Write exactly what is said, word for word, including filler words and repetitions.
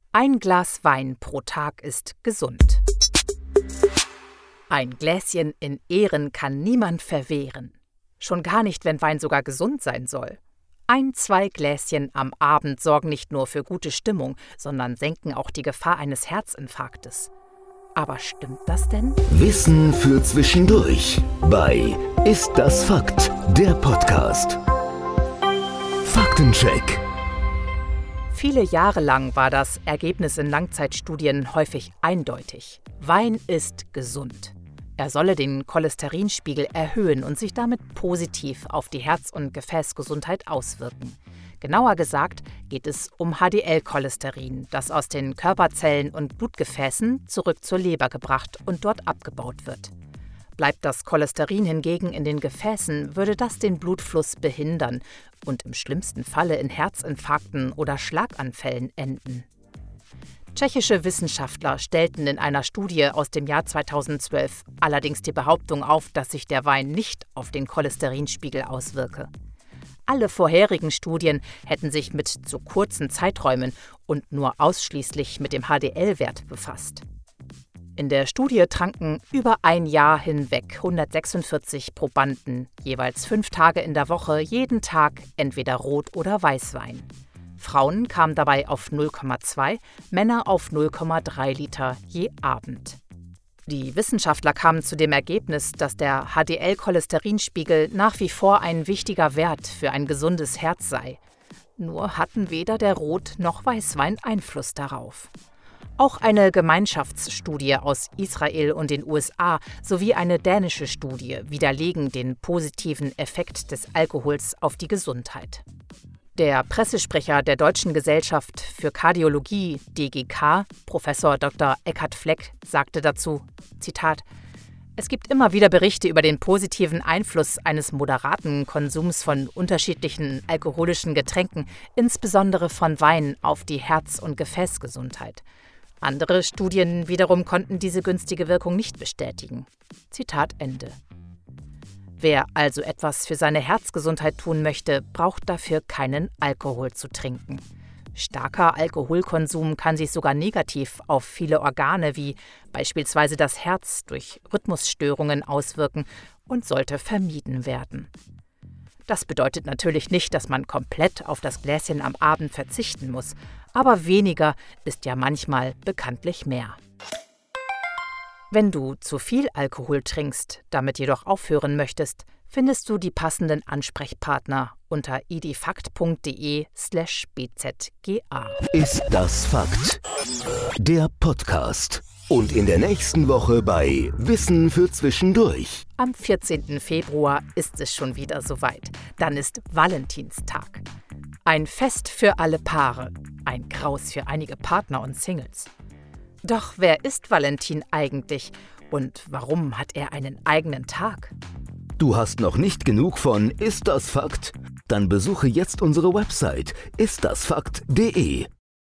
Ein Glas Wein pro Tag ist gesund. Ein Gläschen in Ehren kann niemand verwehren. Schon gar nicht, wenn Wein sogar gesund sein soll. Ein, zwei Gläschen am Abend sorgen nicht nur für gute Stimmung, sondern senken auch die Gefahr eines Herzinfarktes. Aber stimmt das denn? Wissen für zwischendurch bei Ist das Fakt? Der Podcast. Faktencheck. Viele Jahre lang war das Ergebnis in Langzeitstudien häufig eindeutig. Wein ist gesund. Er solle den Cholesterinspiegel erhöhen und sich damit positiv auf die Herz- und Gefäßgesundheit auswirken. Genauer gesagt geht es um H D L-Cholesterin, das aus den Körperzellen und Blutgefäßen zurück zur Leber gebracht und dort abgebaut wird. Bleibt das Cholesterin hingegen in den Gefäßen, würde das den Blutfluss behindern und im schlimmsten Falle in Herzinfarkten oder Schlaganfällen enden. Tschechische Wissenschaftler stellten in einer Studie aus dem Jahr zweitausendzwölf allerdings die Behauptung auf, dass sich der Wein nicht auf den Cholesterinspiegel auswirke. Alle vorherigen Studien hätten sich mit zu kurzen Zeiträumen und nur ausschließlich mit dem H D L-Wert befasst. In der Studie tranken über ein Jahr hinweg hundertsechsundvierzig Probanden jeweils fünf Tage in der Woche jeden Tag entweder Rot- oder Weißwein. Frauen kamen dabei auf null Komma zwei, Männer auf null Komma drei Liter je Abend. Die Wissenschaftler kamen zu dem Ergebnis, dass der H D L-Cholesterinspiegel nach wie vor ein wichtiger Wert für ein gesundes Herz sei. Nur hatten weder der Rot- noch Weißwein Einfluss darauf. Auch eine Gemeinschaftsstudie aus Israel und den U S A sowie eine dänische Studie widerlegen den positiven Effekt des Alkohols auf die Gesundheit. Der Pressesprecher der Deutschen Gesellschaft für Kardiologie, D G K, Professor Doktor Eckhard Fleck, sagte dazu, Zitat, es gibt immer wieder Berichte über den positiven Einfluss eines moderaten Konsums von unterschiedlichen alkoholischen Getränken, insbesondere von Wein, auf die Herz- und Gefäßgesundheit. Andere Studien wiederum konnten diese günstige Wirkung nicht bestätigen. Zitat Ende. Wer also etwas für seine Herzgesundheit tun möchte, braucht dafür keinen Alkohol zu trinken. Starker Alkoholkonsum kann sich sogar negativ auf viele Organe wie beispielsweise das Herz durch Rhythmusstörungen auswirken und sollte vermieden werden. Das bedeutet natürlich nicht, dass man komplett auf das Gläschen am Abend verzichten muss, aber weniger ist ja manchmal bekanntlich mehr. Wenn du zu viel Alkohol trinkst, damit jedoch aufhören möchtest, findest du die passenden Ansprechpartner unter idifakt.de slash bzga. Ist das Fakt? Der Podcast. Und in der nächsten Woche bei Wissen für zwischendurch. Am vierzehnten Februar ist es schon wieder soweit. Dann ist Valentinstag. Ein Fest für alle Paare. Ein Graus für einige Partner und Singles. Doch wer ist Valentin eigentlich und warum hat er einen eigenen Tag? Du hast noch nicht genug von Ist das Fakt? Dann besuche jetzt unsere Website ist das fakt punkt de.